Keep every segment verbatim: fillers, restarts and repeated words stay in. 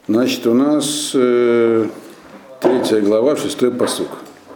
Значит, у нас э, третья глава, шестой пасук.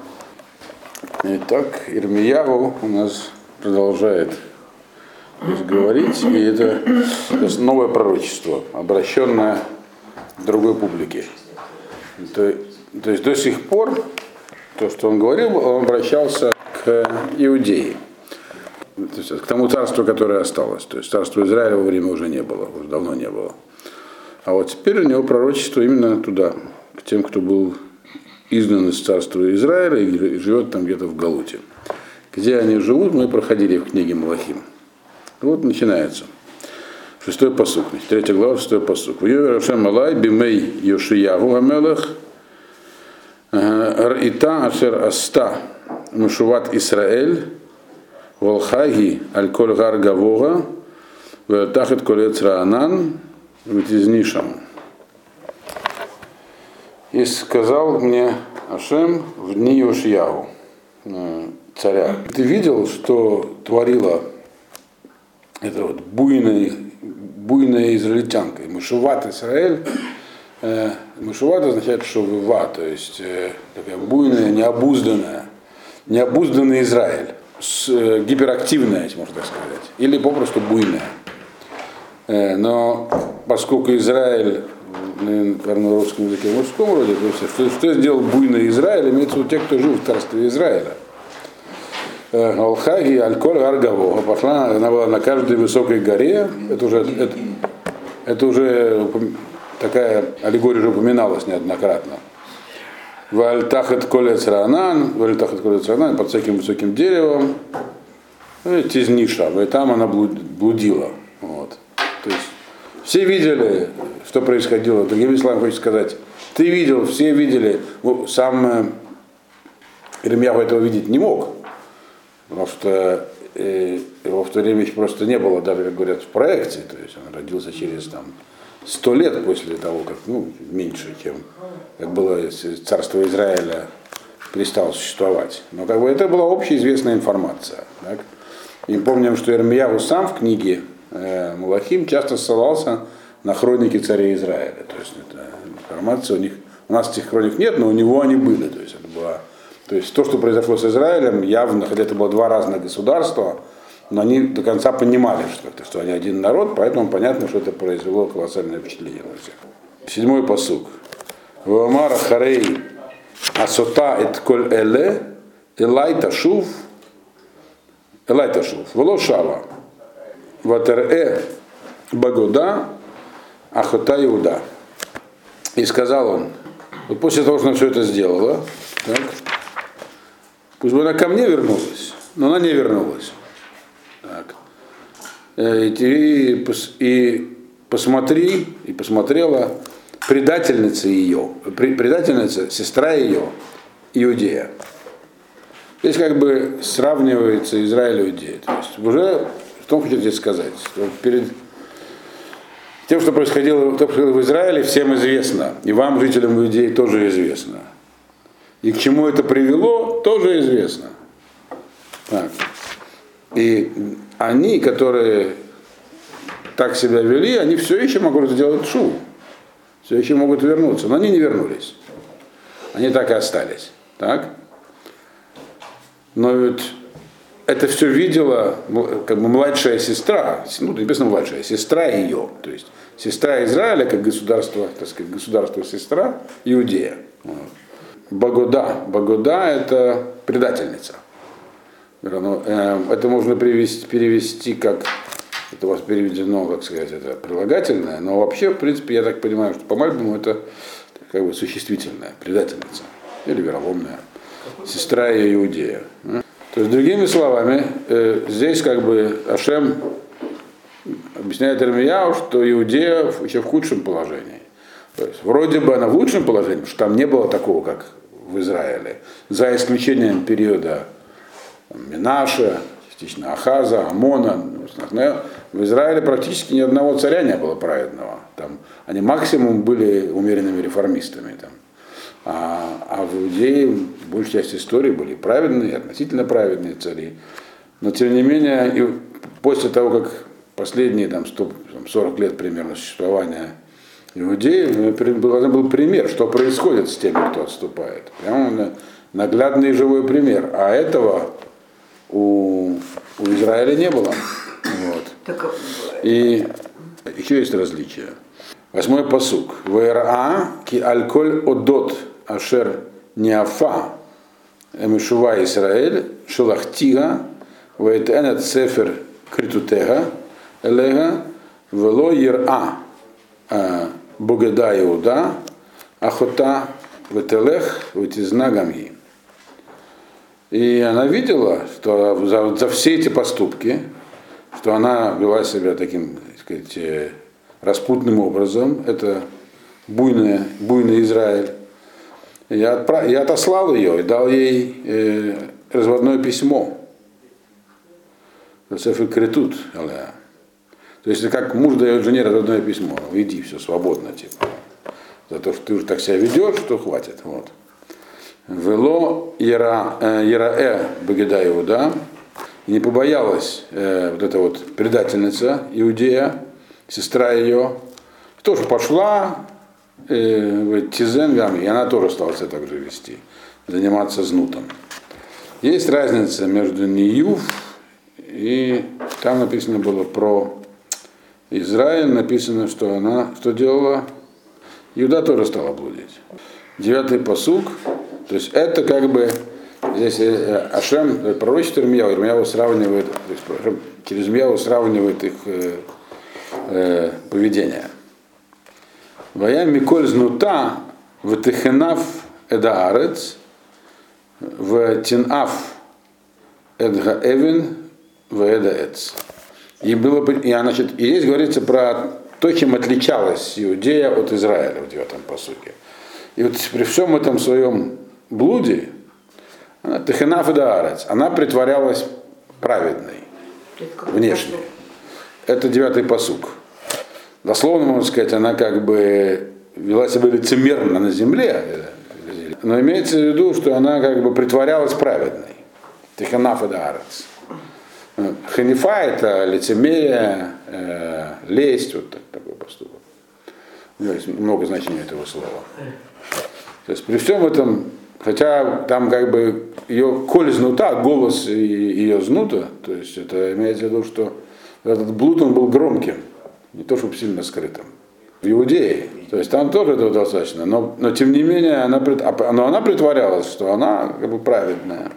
Итак, Ирмиягу у нас продолжает здесь говорить, и это, это новое пророчество, обращенное к другой публике. То, то есть до сих пор то, что он говорил, он обращался к Иудее, то есть к тому царству, которое осталось. То есть царства Израиля во время уже не было, уже давно не было. А вот теперь у него пророчество именно туда, к тем, кто был изгнан из царства Израиля и живет там где-то в Галуте. Где они живут, мы проходили в книге Малахим. Вот начинается. Шестой пасук, третья глава, шестой пасук. Вьёвер Ашем Алай бимей Йошиягу Амелах Ита Ашер Аста Мушуват Исраэль Волхаги Аль-Коль Гар Гавога Вертахет Колец Раанан Витизнишам. И сказал мне Ашем в дни Йошиягу, царя: ты видел, что творила эта вот буйная, буйная израильтянка? Мушуват Исраэль. Э, Мушуват означает шовыва, то есть э, такая буйная, необузданная, необузданный Израиль, с, э, гиперактивная, можно так сказать, или попросту буйная. Э, но поскольку Израиль, наверное, на русском языке в мужском роде, то есть, что, что сделал буйный Израиль, имеется в виду те, кто жил в царстве Израиля. Алхаги, Аль-Коль Аргавога. Пошла, она была на каждой высокой горе. Это уже, это, это уже такая аллегория уже упоминалась неоднократно. Вальтахет Колец Раанан, Вальтахет Колец Раанан, под всяким высоким деревом. Тизниша, и там она блудила. Вот. То есть все видели, что происходило. Другими словами, хочется сказать, ты видел, все видели. Сам Ирмияху этого видеть не мог. Потому что э, его в то время еще просто не было, даже, как говорят, в проекции. То есть он родился через там сто лет после того, как, ну, меньше, чем как было царство Израиля перестало существовать. Но как бы это была общеизвестная информация. Так? И помним, что Ирмияху сам в книге э, Малахим часто ссылался на хроники царей Израиля. То есть это информация у них, у нас этих хроник нет, но у него они были. То есть это была. То есть то, что произошло с Израилем, явно, хотя это было два разных государства, но они до конца понимали, что, что они один народ, поэтому понятно, что это произвело колоссальное впечатление на всех. Седьмой пасук. Вамара харей асота эт коль эле элай ташув элай ташув волошава ватерэ багода ахота Иуда. И сказал он, вот после того, что она все это сделала, так, пусть бы она ко мне вернулась, но она не вернулась. Так. И, и посмотри, и посмотрела предательница ее, предательница, сестра ее, Иудея. Здесь как бы сравнивается Израиль и Иудея. То есть уже, что он хочет здесь сказать? Что перед тем, что происходило, что происходило в Израиле, всем известно, и вам, жителям Иудеи, тоже известно. И к чему это привело, тоже известно. Так. И они, которые так себя вели, они все еще могут сделать шоу. Все еще могут вернуться. Но они не вернулись. Они так и остались. Так? Но ведь это все видела как бы младшая сестра, ну, написано младшая, сестра ее. То есть сестра Израиля, как государство, так сказать, государство-сестра Иудея. Багода. Багода – это предательница. Это можно перевести, перевести как, это у вас переведено, как сказать, это прилагательное, но вообще, в принципе, я так понимаю, что по Мальбиму это как бы существительное, предательница или вероломная, сестра ее Иудея. То есть, другими словами, здесь как бы Ашем объясняет Ирмияху, что Иудея еще в худшем положении. То есть, вроде бы она в лучшем положении, потому что там не было такого, как в Израиле, за исключением периода Менаша, частично Ахаза, Амона. В Израиле практически ни одного царя не было праведного. Там, они максимум были умеренными реформистами. Там. А, а в Иудее большая часть истории были праведные, относительно праведные цари. Но тем не менее, и после того, как последние там, сто сорок лет примерно существования Иудеи должен был пример, что происходит с теми, кто отступает. Прямо наглядный и живой пример. А этого у, у Израиля не было. Вот. И еще есть различия. Восьмой пасук. Вэра ки альколь одот ашер неафа эмишува Исраэль шелахтига вэйтэнет сефер критутега элега вело ера богеда Иуда охота ветелех ветизна гамги. И она видела, что за, за все эти поступки, что она вела себя таким, так сказать, распутным образом, это буйный, буйный Израиль. Я, отправ, я отослал ее и дал ей э, разводное письмо. Критут. То есть, как муж дает жене разводное письмо, иди, все, свободно, типа. За то, что ты уже так себя ведешь, что хватит. Вот. Вело Ераэ Бегеда Иуда, и не побоялась э, вот эта вот предательница Иудея, сестра ее, тоже пошла э, в Тизенгам, и она тоже стала себя так же вести, заниматься знутом. Есть разница между Ниюв, и там написано было про Израиль, написано, что она, что делала, Иуда тоже стала блудить. Девятый пасук, то есть это как бы, здесь Ашем, пророчество Ирмияу, Ирмияу сравнивает, то есть через Ирмияу сравнивает их э, э, поведение. Вая Миколь знута в Техенав Эдаарец, в Тинав Эдгаэвен в Эдаэц. И было бы, и, значит, и здесь говорится про то, чем отличалась Иудея от Израиля в девятом пасуке. И вот при всем этом своем блуде, Техенаф и Даарец, она притворялась праведной, внешне. Это девятый пасук. Дословно, можно сказать, она как бы вела себя лицемерно на земле, но имеется в виду, что она как бы притворялась праведной. Техенаф и Даарец. Ханифа — это лицемерие, э, лесть, вот такой поступок. Есть много значений этого слова. То есть при всем этом, хотя там как бы ее коль знута, голос ее знута, то есть это имеется в виду, что этот блуд он был громким, не то чтобы сильно скрытым. В Иудее, то есть там тоже этого достаточно, но, но тем не менее она, но она притворялась, что она как бы праведная.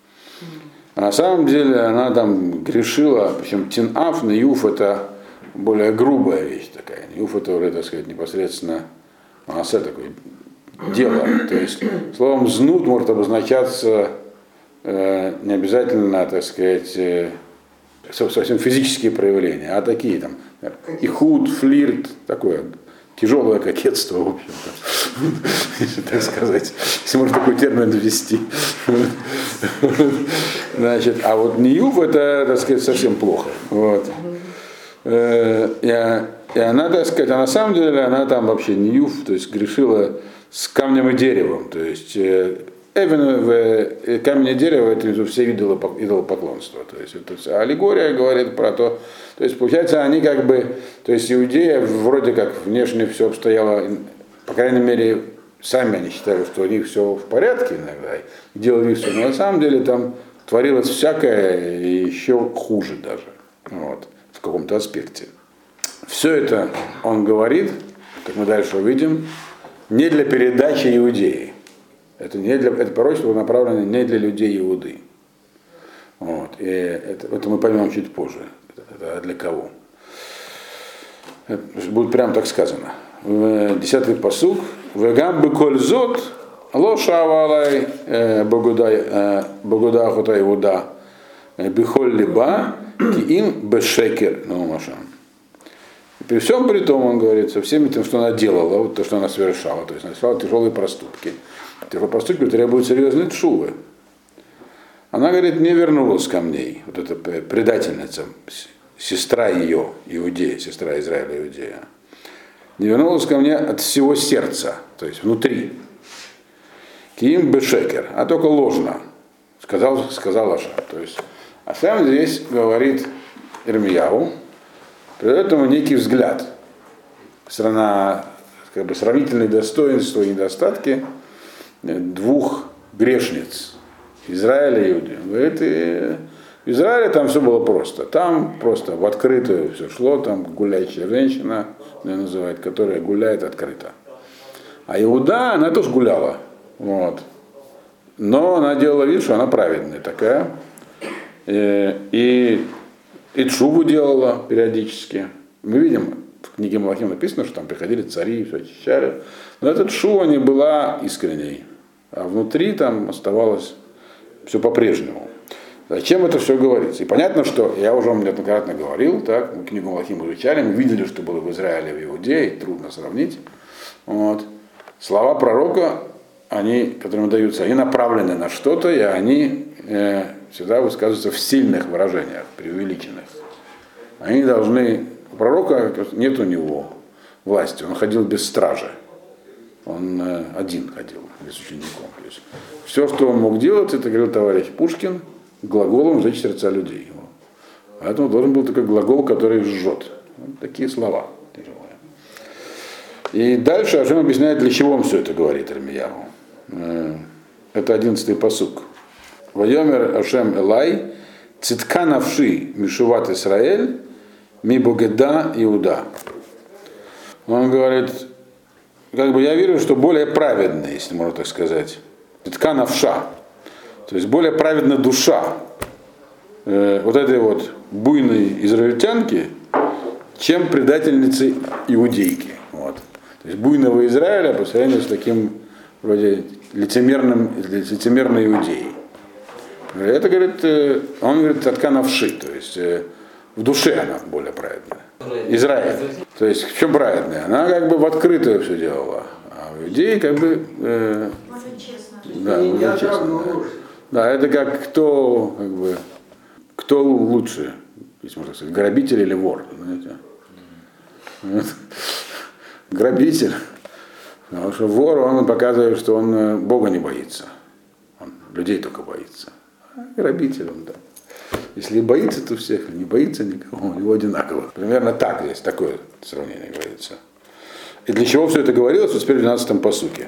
А на самом деле она там грешила, причем тинав, ниюф это более грубая вещь такая. Ниюф это уже, так сказать, непосредственно маасэ такое дело. То есть словом знут может обозначаться э, не обязательно, так сказать, э, совсем физические проявления, а такие там ихуд, флирт, такое тяжелое кокетство, в общем-то, если так сказать, если можно такой термин ввести. Значит, а вот ниюф это, так сказать, совсем плохо. Вот. И, и она, так сказать, а на самом деле она там вообще ниюф, то есть грешила с камнем и деревом. То есть Эвен, камень и дерево это все идолопоклонства. То есть это аллегория говорит про то, то есть получается они как бы, то есть Иудея вроде как внешне все обстояло, по крайней мере, сами они считали, что у них все в порядке иногда, делали все, но на самом деле там творилось всякое и еще хуже даже, вот, в каком-то аспекте. Все это он говорит, как мы дальше увидим, не для передачи Иудеи. Это, не для, это пророчество направлено не для людей Иуды. Вот, и это, это мы поймем чуть позже. Это для кого? Это будет прям так сказано. Десятый пасук. Вегам бы кользот лошавалай богуда охота Иуда бихоль либа ки им бешекер наумашам. При всем при том, он говорит, со всеми тем, что она делала, вот то, что она совершала, то есть она совершала тяжелые проступки. Тяжелые проступки требуют серьезной тшувы. Она, говорит, не вернулась ко мне, вот эта предательница, сестра ее, Иудея, сестра Израиля Иудея, не вернулась ко мне от всего сердца, то есть внутри. Киим бешекер, а только ложно, сказал, сказал Ашем. То есть Ашем здесь говорит Ирмияу, придает ему некий взгляд. Страна как бы сравнительные достоинства и недостатки двух грешниц Израиля и Иуды. Говорит, и в Израиле там все было просто. Там просто в открытую все шло, там гуляющая женщина, ее называют, которая гуляет открыто. А Иуда, она тоже гуляла. Вот. Но она делала вид, что она праведная такая. И, и, и тшуву делала периодически. Мы видим, в книге Малахим написано, что там приходили цари, все очищали. Но эта тшува не была искренней. А внутри там оставалось все по-прежнему. Зачем это все говорится? И понятно, что я уже вам неоднократно говорил, так, мы книгу Малахим изучали, мы видели, что было в Израиле, в Иудее, трудно сравнить. Вот. Слова пророка, они, которым даются, они направлены на что-то, и они э, всегда высказываются в сильных выражениях, преувеличенных. Они должны, у пророка нет у него власти, он ходил без стражи. Он э, один ходил, без учеников. То есть, все, что он мог делать, это, говорил товарищ Пушкин, глаголом сжечь сердца людей. Поэтому должен был такой глагол, который жжет. Вот такие слова. И дальше Ашем объясняет, для чего он все это говорит Ирмияху. Это одиннадцатый пасук. Вайомер Ашем Элай, цитка навши мишуват Исраэль, ми богеда Иуда. Он говорит, как бы я верю, что более праведный, если можно так сказать. Цитка навша. То есть более праведна душа э, вот этой вот буйной израильтянки, чем предательницы иудейки. Вот. То есть буйного Израиля по сравнению с таким вроде лицемерным, лицемерной иудеей. Это, говорит, э, он говорит, от канавши, то есть э, в душе она более праведная. Израиль. То есть в чем праведная? Она как бы в открытую все делала, а в иудее как бы... Э, да, да, честно, да. Да, это как кто, как бы, кто лучше, если можно сказать, грабитель или вор, знаете? Вот. Грабитель. Потому что вор, он показывает, что он Бога не боится. Он людей только боится. А грабитель он, да. Если боится, то всех, не боится никого, у него одинаково. Примерно так есть, такое сравнение говорится. И для чего все это говорилось, вот теперь в двенадцатом пасуке.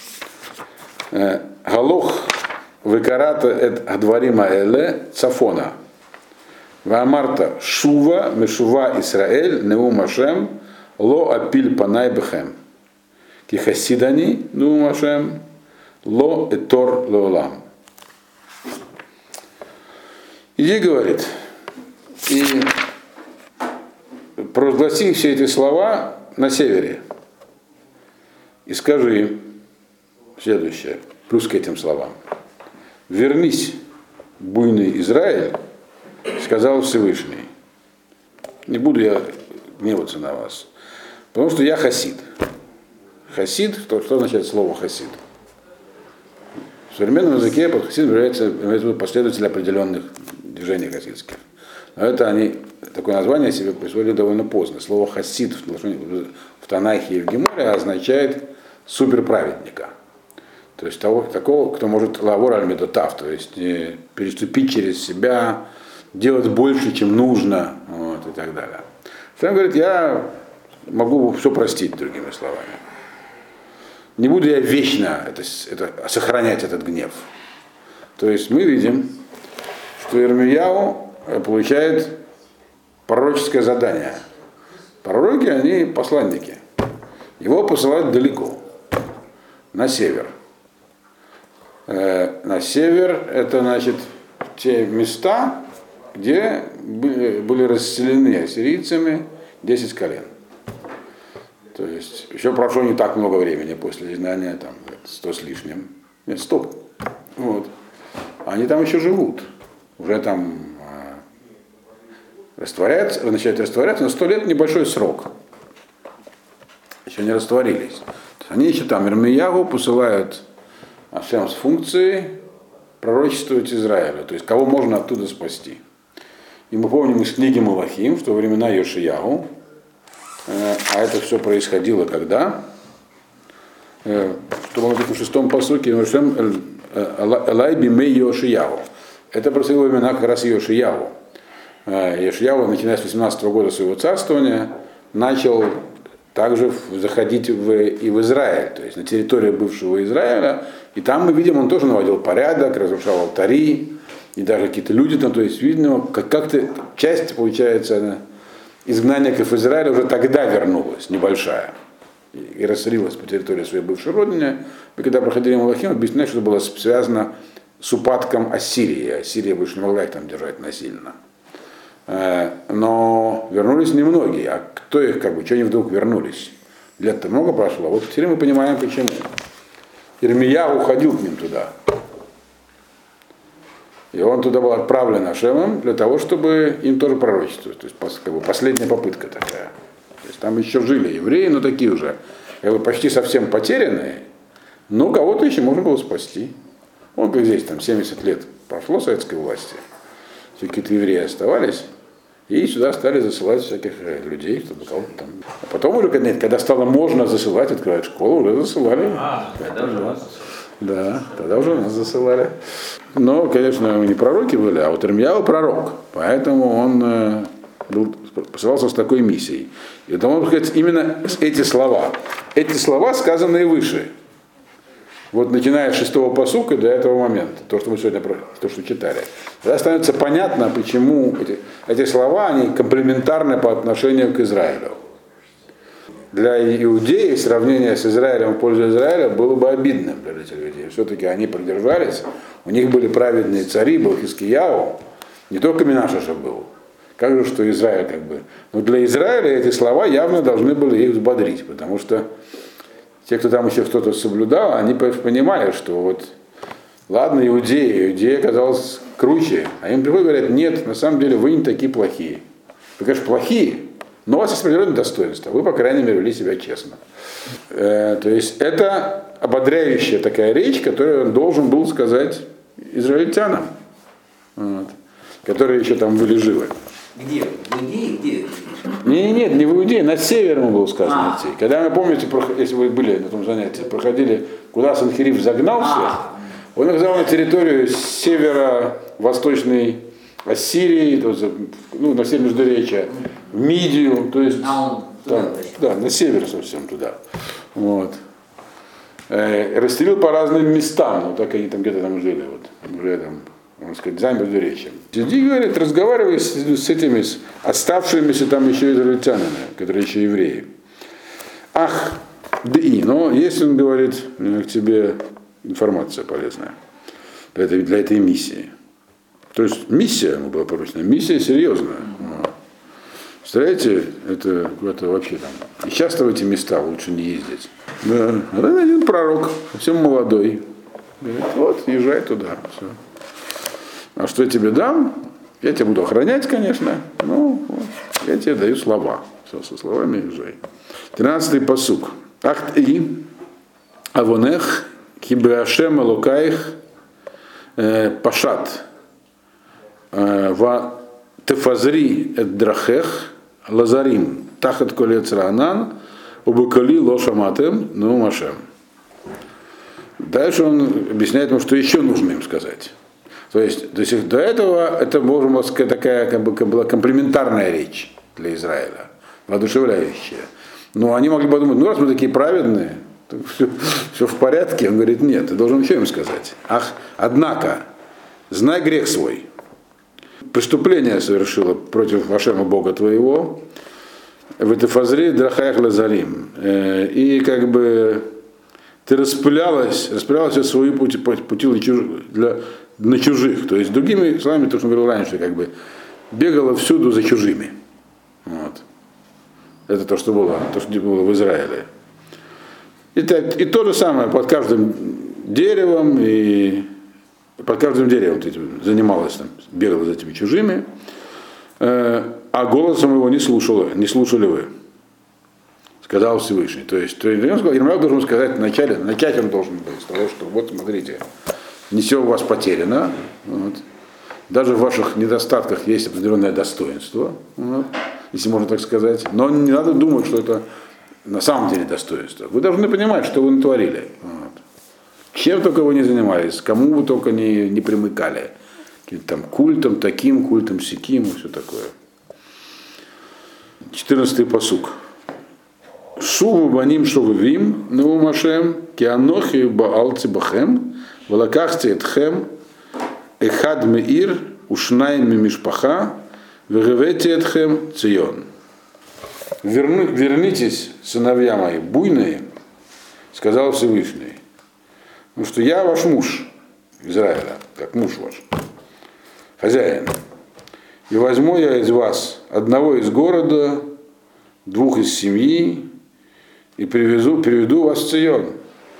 Галох выкарата эт адварима эле цафона. Ваамарта шува мешува Исраэль неум Ашем ло апиль панай бехем. Кихасидани неум Ашем ло этор леолам. Иди, говорит, и провозгласи все эти слова на севере. И скажи им следующее, плюс к этим словам. Вернись, буйный Израиль, сказал Всевышний. Не буду я гневаться на вас, потому что я хасид. Хасид, что, что означает слово хасид? В современном языке под хасидом является последователь определенных движений хасидских. Но это они, такое название себе присвоили довольно поздно. Слово хасид в, в Танахе и в Геморе означает суперправедника. То есть того, такого, кто может лавор аль-медотав, то есть э, переступить через себя, делать больше, чем нужно, вот, и так далее. Он говорит, я могу все простить, другими словами. Не буду я вечно это, это, сохранять этот гнев. То есть мы видим, что Ирмияу получает пророческое задание. Пророки, они посланники. Его посылают далеко, на север. На север это, значит, те места, где были, были расселены ассирийцами десять колен. То есть еще прошло не так много времени после изгнания, там сто с лишним. Нет, сто. Вот. Они там еще живут. Уже там э, растворяются, начинают растворяться, но сто лет небольшой срок. Еще не растворились. То есть они еще там, Ирмияху посылают Ашем с функцией пророчествовать Израилю, то есть кого можно оттуда спасти. И мы помним из книги Малахим, что во времена Йошияху, э, а это все происходило когда? Э, что было написано в шестом пасуке, Элай бимей Йошияху. Это происходило во времена как раз Йошияху. Э, Йошияху, начиная с восемнадцатого года своего царствования, начал также заходить в, и в Израиль, то есть на территорию бывшего Израиля. И там мы видим, он тоже наводил порядок, разрушал алтари, и даже какие-то люди там, то есть видно, как- как-то часть, получается, изгнанников Израиля уже тогда вернулась, небольшая, и, и расселилась по территории своей бывшей родины. И когда проходили Малахим, объясняют, что это было связано с упадком Ассирии. Ассирия больше не могла их там держать насильно. Э, Но вернулись немногие. А кто их, как бы, что они вдруг вернулись? Лет-то много прошло. Вот теперь мы понимаем, почему. Ирмия уходил к ним туда. И он туда был отправлен Ашемом для того, чтобы им тоже пророчествовать. То есть как бы последняя попытка такая. То есть там еще жили евреи, но такие уже как бы почти совсем потерянные, но кого-то еще можно было спасти. Он как здесь, там семьдесят лет прошло советской власти, какие-то евреи оставались, и сюда стали засылать всяких людей, чтобы кого-то там. А потом уже, когда, когда стало можно засылать, открывать школу, уже засылали. А, тогда уже нас засылали. Да, тогда уже нас засылали. Но, конечно, мы не пророки были, а вот Ирмияу пророк. Поэтому он э, был, посылался с такой миссией. И потому, можно сказать, именно эти слова. Эти слова, сказанные выше. Вот начиная с шестого пасука до этого момента, то, что мы сегодня то, что читали, тогда становится понятно, почему эти, эти слова, они комплементарны по отношению к Израилю. Для иудеев сравнение с Израилем в пользу Израиля было бы обидным для этих людей. Все-таки они продержались, у них были праведные цари, был Хискияу, не только Менашеша был. Как же, что Израиль как бы. Но для Израиля эти слова явно должны были их взбодрить, потому что те, кто там еще что-то соблюдал, они понимали, что вот, ладно, иудеи, иудеи оказалось круче, а им приходят и говорят, нет, на самом деле вы не такие плохие. Вы, конечно, плохие, но у вас есть определенное достоинство, вы, по крайней мере, вели себя честно. Э, то есть это ободряющая такая речь, которую он должен был сказать израильтянам, вот, которые еще там были живы. Где? В Иудее? Где? Не, нет, не в Иудее, на север ему было сказано идти. Когда вы помните, если вы были на том занятии, проходили, куда Санхериф загнал всех, он их взял на территорию северо-восточной Ассирии, то есть, ну, на север Междуречия, в Мидию, то есть а там, да, на север совсем туда. Вот. Э, расстелил по разным местам, вот так они там где-то там жили, вот, уже там, можно сказать, за Междуречием. Сиди, говорит, разговаривай с, с этими с оставшимися там еще израильтянами, которые еще евреи. Ах, да и, но если он говорит, у меня к тебе информация полезная для этой, для этой миссии. То есть миссия ему была поручена, миссия серьезная. Представляете, это куда-то вообще там. И часто в эти места лучше не ездить. Да. А один пророк, совсем молодой. Говорит, вот, езжай туда. Все. А что я тебе дам? Я тебя буду охранять, конечно. Ну, вот, я тебе даю слова. Все, со словами езжай. Тринадцатый пасук. Ах и авонех кибеашем элокаих пашат. Ва тефазри эт драхех лазарим тахат колец ранан убыкали лошаматем ну машем. Дальше он объясняет ему, что еще нужно им сказать. То есть до, сих, до этого это, можно сказать, такая как бы, была комплементарная речь для Израиля, воодушевляющая. Но они могли подумать, ну раз мы такие праведные, то все, все в порядке. Он говорит, нет, ты должен еще им сказать. Ах, однако, знай грех свой. Преступление совершила против Ашема Бога твоего, в Этефазре Драхаях Лазарим. И как бы ты распылялась, распылялась все свои пути, пути для, чуж, для, на чужих. То есть, другими словами, то, что он говорил раньше, как бы бегала всюду за чужими. Вот. Это то, что было, то, что было в Израиле. И, и то же самое под каждым деревом и под каждым деревом ты занималась, там, бегала за этими чужими, э, а голосом его не слушала, не слушали вы, сказал Всевышний. То есть, Ирмияу должен сказать вначале, начать он должен был с того, что вот смотрите, не все у вас потеряно, вот, даже в ваших недостатках есть определенное достоинство, вот, если можно так сказать, но не надо думать, что это на самом деле достоинство. Вы должны понимать, что вы натворили. Вот. Чем только вы не занимались, кому вы только не, не примыкали. Там, культом таким, культом сяким и все такое. четырнадцатый пасук. Шуву баним шувивим, наумашем, кианохи баал цибахем, валакахте этхем, эхад меир, ушнайм мишпаха, вегевете этхем цион. Вернитесь, сыновья мои, буйные, сказал Всевышний, потому что я ваш муж Израиля, как муж ваш, хозяин. И возьму я из вас одного из города, двух из семьи, и привезу, приведу вас в Цион.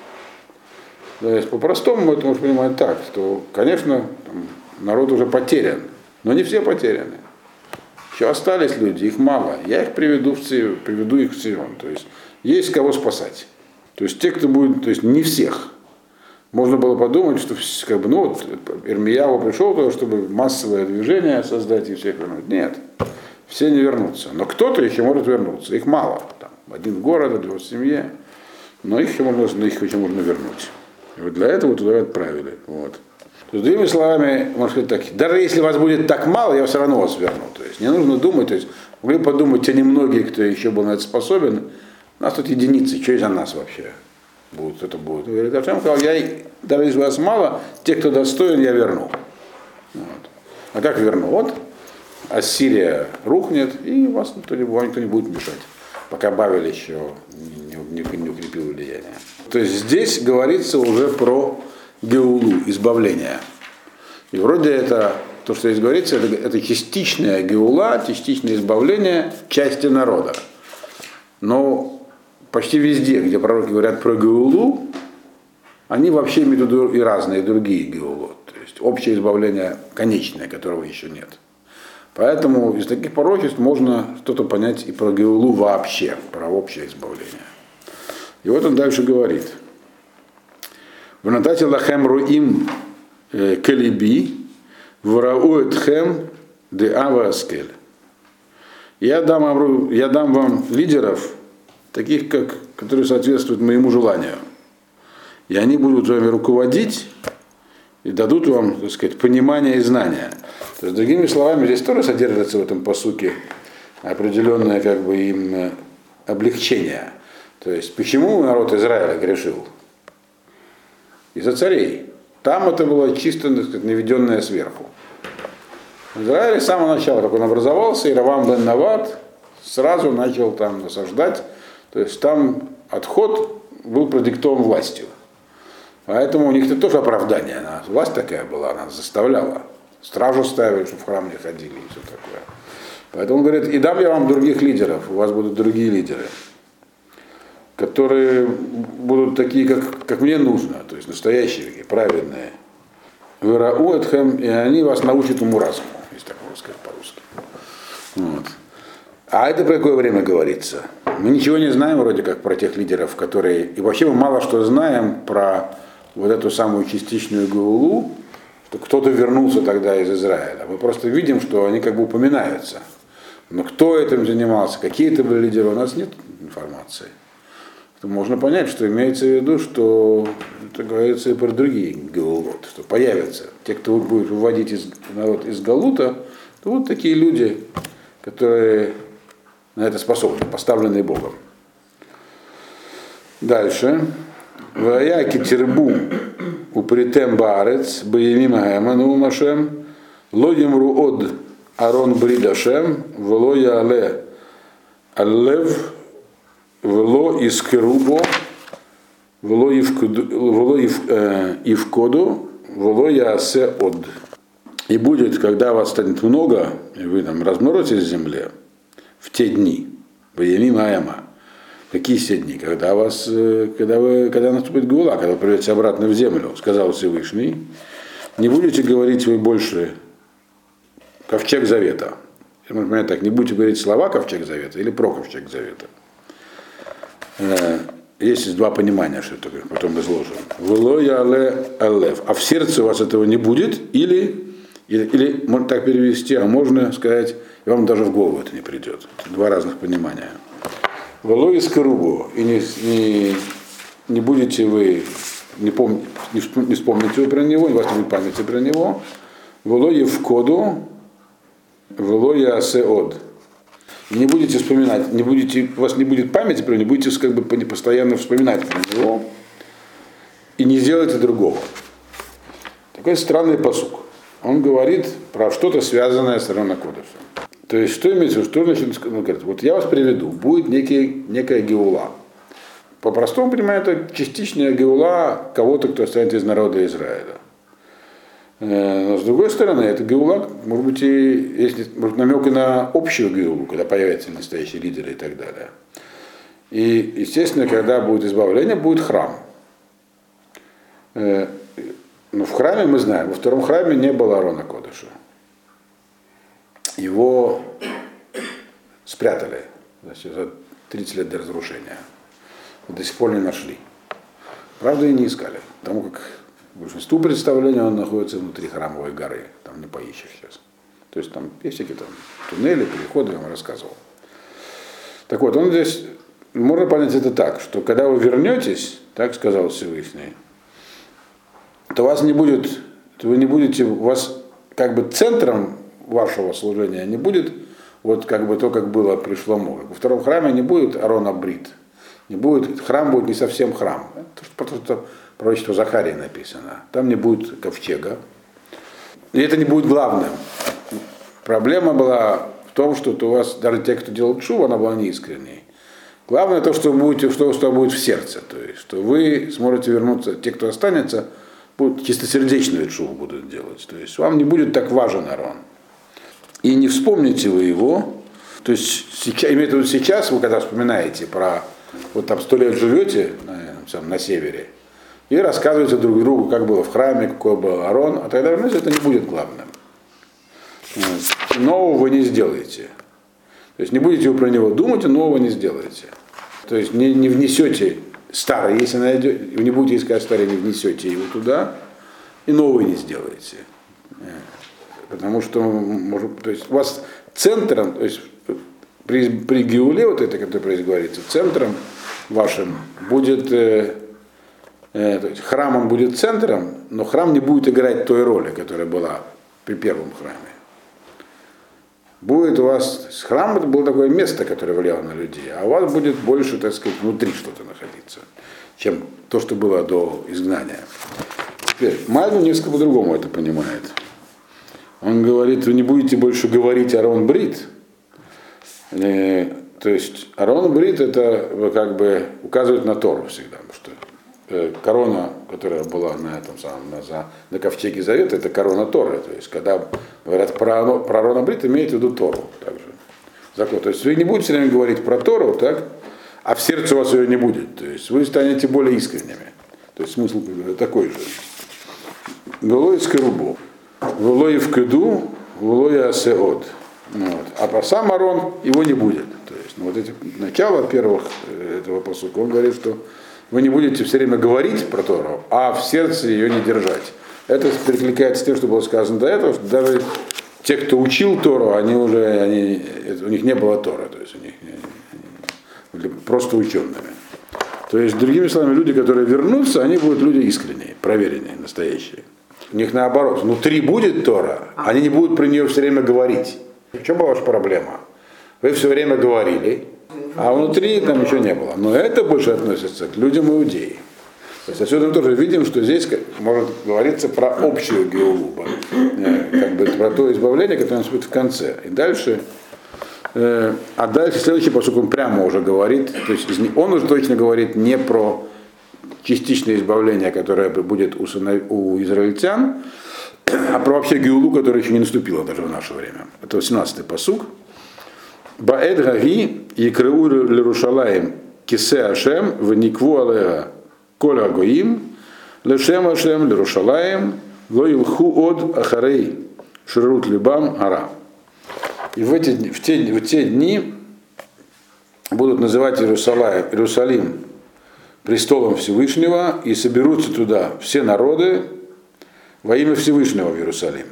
То есть по-простому это можно понимать так, что, конечно, там, народ уже потерян, но не все потеряны. Еще остались люди, их мало. Я их приведу, в Цион, приведу их в Цион. То есть есть кого спасать. То есть те, кто будет, то есть не всех. Можно было подумать, что как бы, ну вот Ирмияу пришел туда, чтобы массовое движение создать и всех вернуть. Нет, все не вернутся. Но кто-то еще может вернуться. Их мало. Там, один город, два в семье. Но их еще можно, их еще можно вернуть. И вот для этого туда отправили. Вот. То есть, другими словами, можно сказать так, даже если вас будет так мало, я все равно вас верну. То есть не нужно думать, то есть могли подумать те немногие, кто еще был на это способен. У нас тут единицы, что из-за нас вообще будут, это будет. Он говорит, Ашем сказал, я, даже если вас мало, те, кто достоин, я верну. Вот. А как верну? Вот Ассирия рухнет, и вас никто не, вам никто не будет мешать, пока Бавель еще не, не, не укрепил влияние. То есть здесь говорится уже про геулу, избавление. И вроде это, то, что здесь говорится, это, это частичная геула, частичное избавление части народа. Но почти везде, где пророки говорят про геулу, они вообще имеют в виду и разные другие геулот. То есть общее избавление конечное, которого еще нет. Поэтому из таких пророчеств можно что-то понять и про геулу вообще, про общее избавление. И вот он дальше говорит. «Внатати лахем руим калиби, врау этхем де ава аскель». Я дам вам, я дам вам лидеров, таких, как, которые соответствуют моему желанию. И они будут вами руководить и дадут вам, так сказать, понимание и знания. То есть, другими словами, здесь тоже содержится в этом пасуке определенное как бы им облегчение. То есть, почему народ Израиля грешил? Из-за царей. Там это было чисто, так сказать, наведенное сверху. В Израиле с самого начала, как он образовался, и Равам бен Навад сразу начал там насаждать. То есть там отход был продиктован властью. Поэтому у них это тоже оправдание. Она, власть такая была, она заставляла. Стражу ставили, чтобы в храм не ходили и все такое. Поэтому он говорит, и дам я вам других лидеров, у вас будут другие лидеры, которые будут такие, как, как мне нужно, то есть настоящие, такие, праведные. Вырау этхем, и они вас научат уму-разуму, если так можно сказать по-русски. Вот. А это про какое время говорится? Мы ничего не знаем вроде как про тех лидеров, которые... И вообще мы мало что знаем про вот эту самую частичную геулу, что кто-то вернулся тогда из Израиля. Мы просто видим, что они как бы упоминаются. Но кто этим занимался, какие это были лидеры, у нас нет информации. То можно понять, что имеется в виду, что это говорится и про другие геулот, что появятся те, кто будет выводить из, народ из Галута, то вот такие люди, которые на это способны, поставленные Богом. Дальше. Ваяки тербу упритем баарец, боемим аэману машем, лодим руод арон бридашем, вело яле аллев, вело искерубо, вело ивкоду, вело ясе од. И будет, когда вас станет много, и вы там размножитесь в земле, в те дни, боемим аэма. Какие все дни? Когда, вас, когда, вы, когда наступит гула, когда вы придете обратно в землю, сказал Всевышний, не будете говорить вы больше ковчег завета. Можно понять так, не будете говорить слова ковчег завета или про ковчег завета. Есть два понимания, что это потом изложено. А в сердце у вас этого не будет, или, или, или можно так перевести, а можно сказать, и вам даже в голову это не придет. Это два разных понимания. Вело из Карубо, и не, не, не будете вы, не, пом, не, не вспомните вы про него, у вас не будет памяти про него. Вело в коду, вело ясе од. и не будете вспоминать, не будете, у вас не будет памяти про него, не будете как бы постоянно вспоминать про него, и не сделайте другого. Такой странный пасук. Он говорит про что-то связанное с Арона Кодешем. То есть, что имеется в виду? Что значит, он говорит, вот я вас приведу, будет некий, некая геула. По-простому, понимаю, это частичная геула кого-то, кто останется из народа Израиля. Но с другой стороны, это геула, может быть, и если, может, намек и на общую геулу, когда появятся настоящие лидеры и так далее. И, естественно, когда будет избавление, будет храм. Но в храме мы знаем, во втором храме не было Арона Кодеша. Его спрятали, значит, за тридцать лет до разрушения. До сих пор не нашли. Правда, и не искали. Потому как большинству представления он находится внутри храмовой горы. Там не поищешь сейчас. То есть там есть всякие там туннели, переходы, я вам рассказывал. Так вот, он здесь, можно понять это так, что когда вы вернетесь, так сказал Всевышний, то у вас не будет, то вы не будете, у вас как бы центром вашего служения не будет вот как бы то, как было при Шломо. Во втором храме не будет Арона Брит. Не будет, храм будет не совсем храм. Это потому что пророчество Захарии написано. Там не будет ковчега. И это не будет главным. Проблема была в том, что у вас, даже те, кто делал шуву, она была неискренней. Главное то, что, будете, что, что будет в сердце. То есть, что вы сможете вернуться, те, кто останется, будут чистосердечную шуву будут делать. То есть вам не будет так важен Арон. И не вспомните вы его. То есть, сейчас, имеется в виду сейчас, вы когда вспоминаете про вот там сто лет живете на, на севере и рассказываете друг другу, как было в храме, какой был Арон, а тогда вернусь, это не будет главным. Нового вы не сделаете. То есть не будете вы про него думать, и нового не сделаете. То есть не, не внесете старый, если найдете, вы не будете искать старый, не внесете его туда, и новый не сделаете. Потому что, может, то есть у вас центром, то есть При, при Геуле, вот это, которое здесь говорится, центром вашим будет, э, э, то есть храмом будет центром, но храм не будет играть той роли, которая была при первом храме. Будет у вас, храм это было такое место, которое влияло на людей, а у вас будет больше, так сказать, внутри что-то находиться, чем то, что было до изгнания. Теперь, Мальбим несколько по-другому это понимает. Он говорит, вы не будете больше говорить Арон Брит. И, то есть Арон Брит это как бы указывает на Тору всегда, потому что э, корона, которая была на этом самом, на, на ковчеге Завета, это корона Торы. То есть когда говорят про, про Арона Брит, имеют в виду Тору также. Закон. То есть вы не будете все время говорить про Тору, так, а в сердце у вас ее не будет. То есть вы станете более искренними. То есть смысл такой же. Велой из Керубо, велой в Кеду, велой асеот. Вот. А по сам Арон его не будет. То есть, ну, вот эти начало первых этого посука, он говорит, что вы не будете все время говорить про Тору, а в сердце ее не держать. Это перекликается с тем, что было сказано до этого, что даже те, кто учил Тору, они уже, они, у них не было Торы, то есть у них они были просто учеными. То есть, другими словами, люди, которые вернутся, они будут люди искренние, проверенные, настоящие. У них наоборот, внутри будет Тора, они не будут про нее все время говорить. В чем была ваша проблема? Вы все время говорили, а внутри там ничего не было. Но это больше относится к людям иудеи. То есть отсюда мы тоже видим, что здесь может говориться про общую геулу, как бы про то избавление, которое наступит в конце. И дальше, э, а дальше следующий посук он прямо уже говорит, то есть он уже точно говорит не про частичное избавление, которое будет у, сынов, у израильтян, а про вообще геулу, которая еще не наступила даже в наше время. Это восемнадцатый пасук. Баэд гаги икреу лерушалаем кисе ашем веникву алега коля гоим лешем ашем лерушалаем лоилху од ахарей ширут либам ара. И в, эти, в, те, в те дни будут называть Иерусалим, Иерусалим престолом Всевышнего, и соберутся туда все народы во имя Всевышнего в Иерусалим.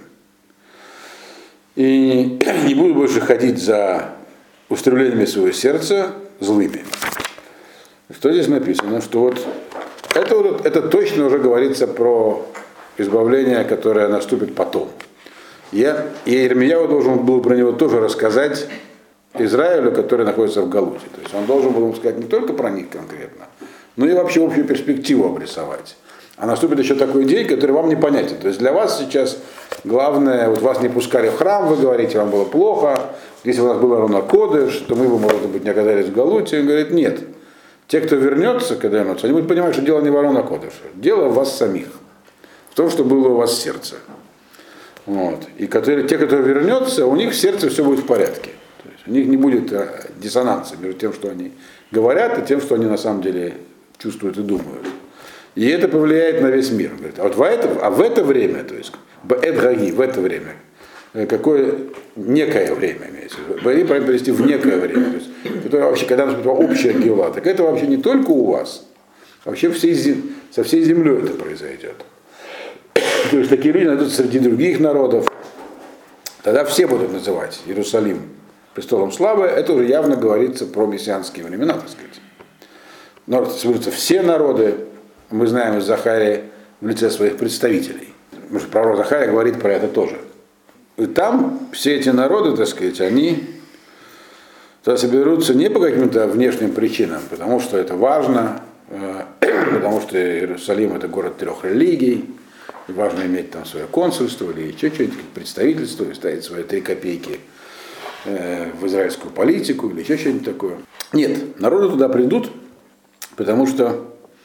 И не будут больше ходить за устремлениями своего сердца злыми. Что здесь написано? Что вот это, вот, это точно уже говорится про избавление, которое наступит потом. Я, и Ирмияу должен был про него тоже рассказать Израилю, который находится в Галуте. То есть он должен был им сказать не только про них конкретно, но и вообще общую перспективу обрисовать. А наступит еще такой день, который вам непонятен. То есть для вас сейчас главное, вот вас не пускали в храм, вы говорите, вам было плохо, если у нас было равно кодыш, то мы бы, может быть, не оказались в Галуте. Он говорит, нет. Те, кто вернется, когда вернутся, они будут понимать, что дело не в равно кодыше. Дело в вас самих. В том, что было у вас в сердце. Вот. И которые, те, кто вернется, у них в сердце все будет в порядке. То есть у них не будет диссонанса между тем, что они говорят, и тем, что они на самом деле чувствуют и думают. И это повлияет на весь мир. Он говорит, а вот в это, а в это время, то есть бэд-гаги, в это время, какое некое время имеется в виду. Бэд правильно перевести в некое время. То есть, которое вообще, когда наступила общая геула, так это вообще не только у вас, вообще всей, со всей землей это произойдет. То есть такие люди найдутся среди других народов. Тогда все будут называть Иерусалим престолом славы. Это уже явно говорится про мессианские времена, так сказать. Но соберутся все народы. Мы знаем из Захарии в лице своих представителей. Потому что пророк Захария говорит про это тоже. И там все эти народы, так сказать, они соберутся не по каким-то внешним причинам, потому что это важно, потому что Иерусалим это город трех религий, и важно иметь там свое консульство или еще что-нибудь, представительство, и ставить свои три копейки в израильскую политику или еще что-нибудь такое. Нет, народы туда придут, потому что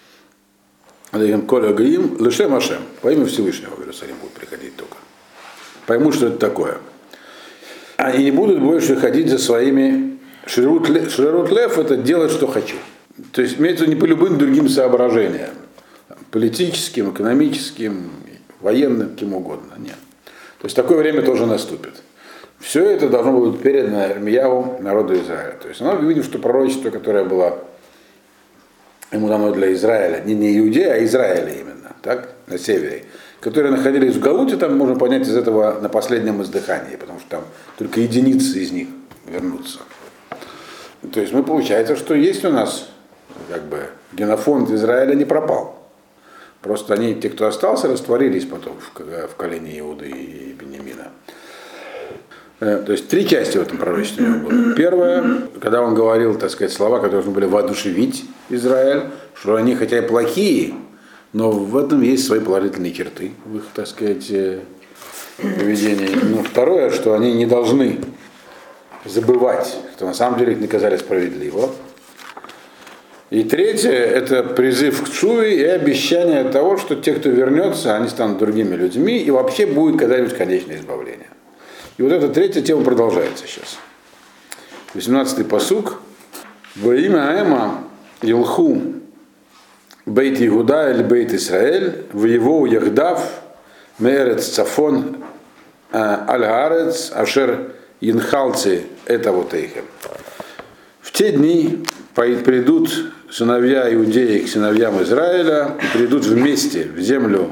Коля Гаим, Лешем Ашем, по имени Всевышнего в Иерусалим будут приходить только. Поймут, что это такое. Они не будут больше ходить за своими шерут лев, это делать, что хочу. То есть имеется не по любым другим соображениям. Политическим, экономическим, военным, каким угодно. Нет. То есть такое время тоже наступит. Все это должно быть передано Ирмияу, народу Израиля. То есть мы видим, что пророчество, которое было ему дано для Израиля, не, не Иудея, а Израиля именно, так, на севере, которые находились в Галуте, там можно понять из этого на последнем издыхании, потому что там только единицы из них вернутся. То есть мы получается, что есть у нас как бы генофонд Израиля не пропал. Просто они, те, кто остался, растворились потом в, в колене Иуды и Беньямина. То есть три части в этом пророчестве у него было. Первое, когда он говорил, так сказать, слова, которые должны были воодушевить Израиль, что они хотя и плохие, но в этом есть свои положительные черты в их, так сказать, поведении. Ну, второе, что они не должны забывать, что на самом деле их наказали справедливо. И третье, это призыв к шуве и обещание того, что те, кто вернется, они станут другими людьми, и вообще будет когда-нибудь конечное избавление. И вот эта третья тема продолжается сейчас. восемнадцатый пасук. Во имя Аэма Илху Бейт Иуда или Бейт Исраэль, в его Яхдав, Мерец Цафон, Аль-Гарец, Ашер Янхалци, это вот Эйхем. В те дни придут сыновья Иудеи к сыновьям Израиля и придут вместе в землю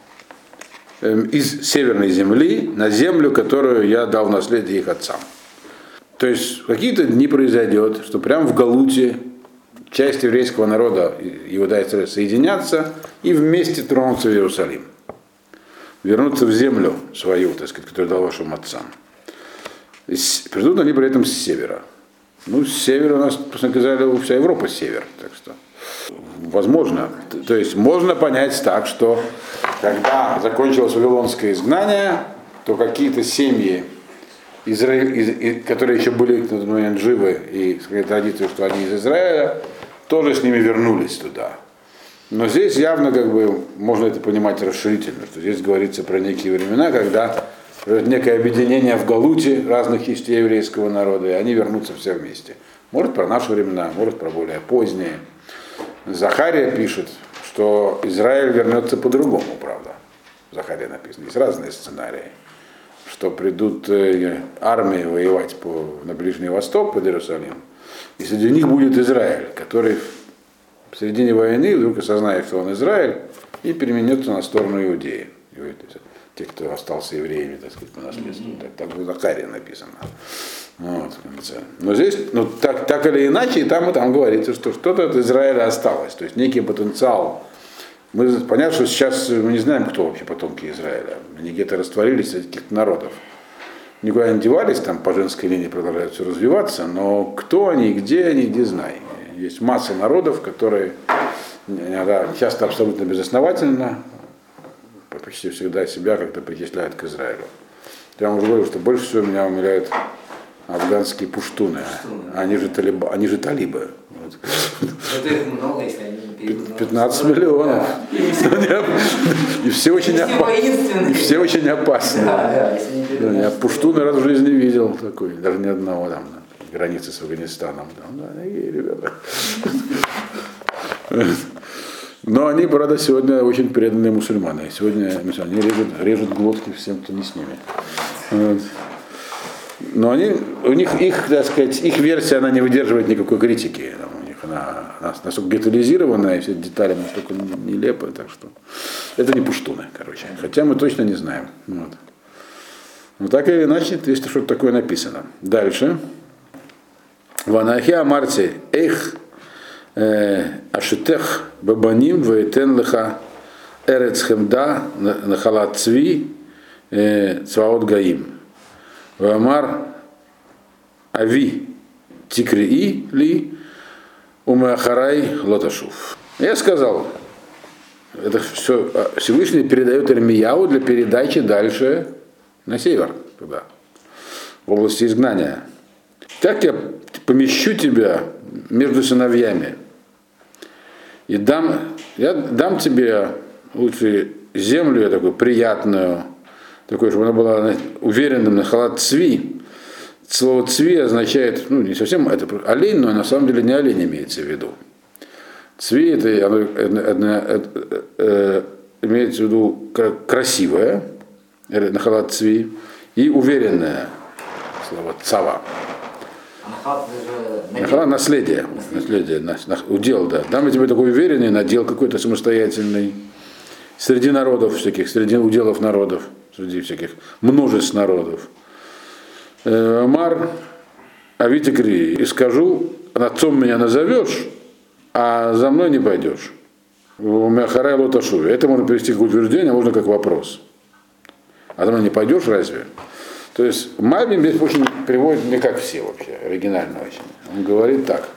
из северной земли на землю, которую я дал в наследие их отцам. То есть какие-то дни произойдет, что прямо в Галуте часть еврейского народа Иуда и Израиль соединятся и вместе тронутся в Иерусалим. Вернутся в землю свою, так сказать, которую дал вашим отцам. И придут они при этом с севера. Ну, с севера у нас, по сказали, вся Европа север, так что возможно. То есть можно понять так, что когда закончилось вавилонское изгнание, то какие-то семьи, Израиль, которые еще были в тот момент живы, и с традицией, что они из Израиля, тоже с ними вернулись туда. Но здесь явно как бы можно это понимать расширительно, что здесь говорится про некие времена, когда некое объединение в Галуте разных частей еврейского народа, и они вернутся все вместе. Может про наши времена, может про более поздние. Захария пишет, что Израиль вернется по-другому, правда. В Захарии написано. Есть разные сценарии. Что придут армии воевать по, на Ближний Восток, под Иерусалим, и среди них будет Израиль, который в середине войны вдруг осознает, что он Израиль, и переменется на сторону Иудеи. Те, кто остался евреями, так сказать, по наследству. Так, так в Захарии написано. Вот, в конце. Но здесь, ну, так, так или иначе, и там, и там говорится, что что-то от Израиля осталось. То есть некий потенциал. Мы, понятно, что сейчас мы не знаем, кто вообще потомки Израиля. Они где-то растворились среди каких-то народов. никуда не девались, там по женской линии продолжают все развиваться, но кто они, где они, не знай. Есть масса народов, которые иногда, часто абсолютно безосновательно, почти всегда себя как-то причисляют к Израилю. Я вам уже говорил, что больше всего меня умиляют афганские пуштуны. Они же, талиба, они же талибы. Вот. Это их много, если они перейдут. пятнадцать миллионов. И все очень опасны. И все очень опасны. Я пуштуны раз в жизни видел такой, даже ни одного там на границе с Афганистаном. Но они, правда, сегодня очень преданные мусульмане. Сегодня они режут, режут глотки всем, кто не с ними. Вот. Но они, у них, их, так сказать, их версия, она не выдерживает никакой критики. У них она, она настолько гетализированная, и все детали настолько нелепые, так что это не пуштуны, короче. Хотя мы точно не знаем. Вот. Но так или иначе, если что-то такое написано. Дальше. Ванахи Амарти Эйх Ашитех Бабаним Вейтен Леха Эрец Хемда Нахалат Цви Цваот Гаим. Вамар Ави Тикрии Ли Умахарай Лоташув. Я сказал, это все Всевышний передает Ирмияу для передачи дальше на север, туда, в области изгнания. Так я помещу тебя между сыновьями и дам, я дам тебе лучше землю я такую приятную, такой, чтобы она была уверенным на халат цви. Слово цви означает, ну не совсем это олень, но на самом деле не олень имеется в виду. Цви это, оно, это, это, это, это имеется в виду красивое, на халат цви, и уверенное слово цава. Нахалат наследие, наследие, удел, да. Там я тебе такой уверенный, надел какой-то самостоятельный. Среди народов всяких, среди уделов народов, среди всяких множеств народов. Амар Авитикри, и скажу, отцом меня назовешь, а за мной не пойдешь. У Мяхарай Лоташуви. Это можно перевести как утверждение, а можно как вопрос. А за мной не пойдешь разве? То есть Мальбим здесь очень приводит не как все вообще, оригинально очень. Он говорит так,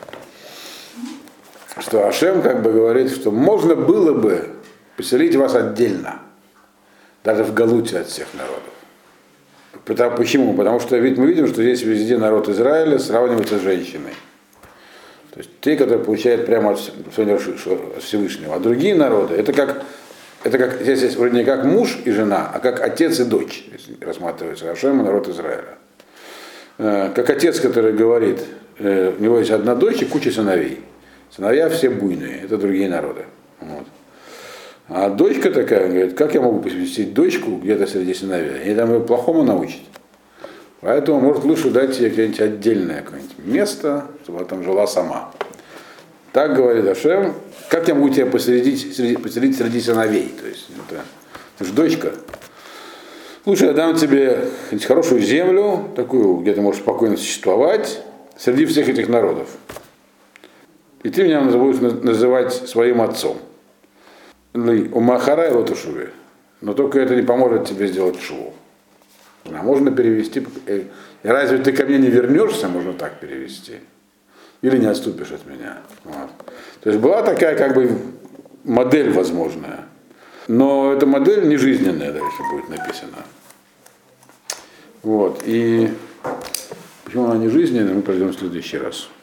что Ашем как бы говорит, что можно было бы поселить вас отдельно, даже в Галуте от всех народов. Потому, почему? Потому что ведь мы видим, что здесь везде народ Израиля сравнивается с женщиной. То есть те, которые получают прямо от Всевышнего. А другие народы, это как, это как здесь есть вроде не как муж и жена, а как отец и дочь, если рассматривается Ашем и народ Израиля. Как отец, который говорит, у него есть одна дочь и куча сыновей. Сыновья все буйные, это другие народы. Вот. А дочка такая, говорит, как я могу посвятить дочку где-то среди сыновей? И там ее плохому научить. Поэтому, может, лучше дать ей где-нибудь отдельное какое-нибудь место, чтобы она там жила сама. Так говорит Ашем, как я могу тебя поселить среди, поселить среди сыновей? То есть, это, это же дочка. Лучше я дам тебе хорошую землю, такую, где ты можешь спокойно существовать, среди всех этих народов. И ты меня будешь называть своим отцом. Умахарай Лоташуви. Но только это не поможет тебе сделать шуву. А можно перевести. Разве ты ко мне не вернешься, можно так перевести. Или не отступишь от меня. Вот. То есть была такая как бы модель возможная. Но эта модель не жизненная дальше будет написана. Вот. И почему она не жизненная, мы пройдем в следующий раз.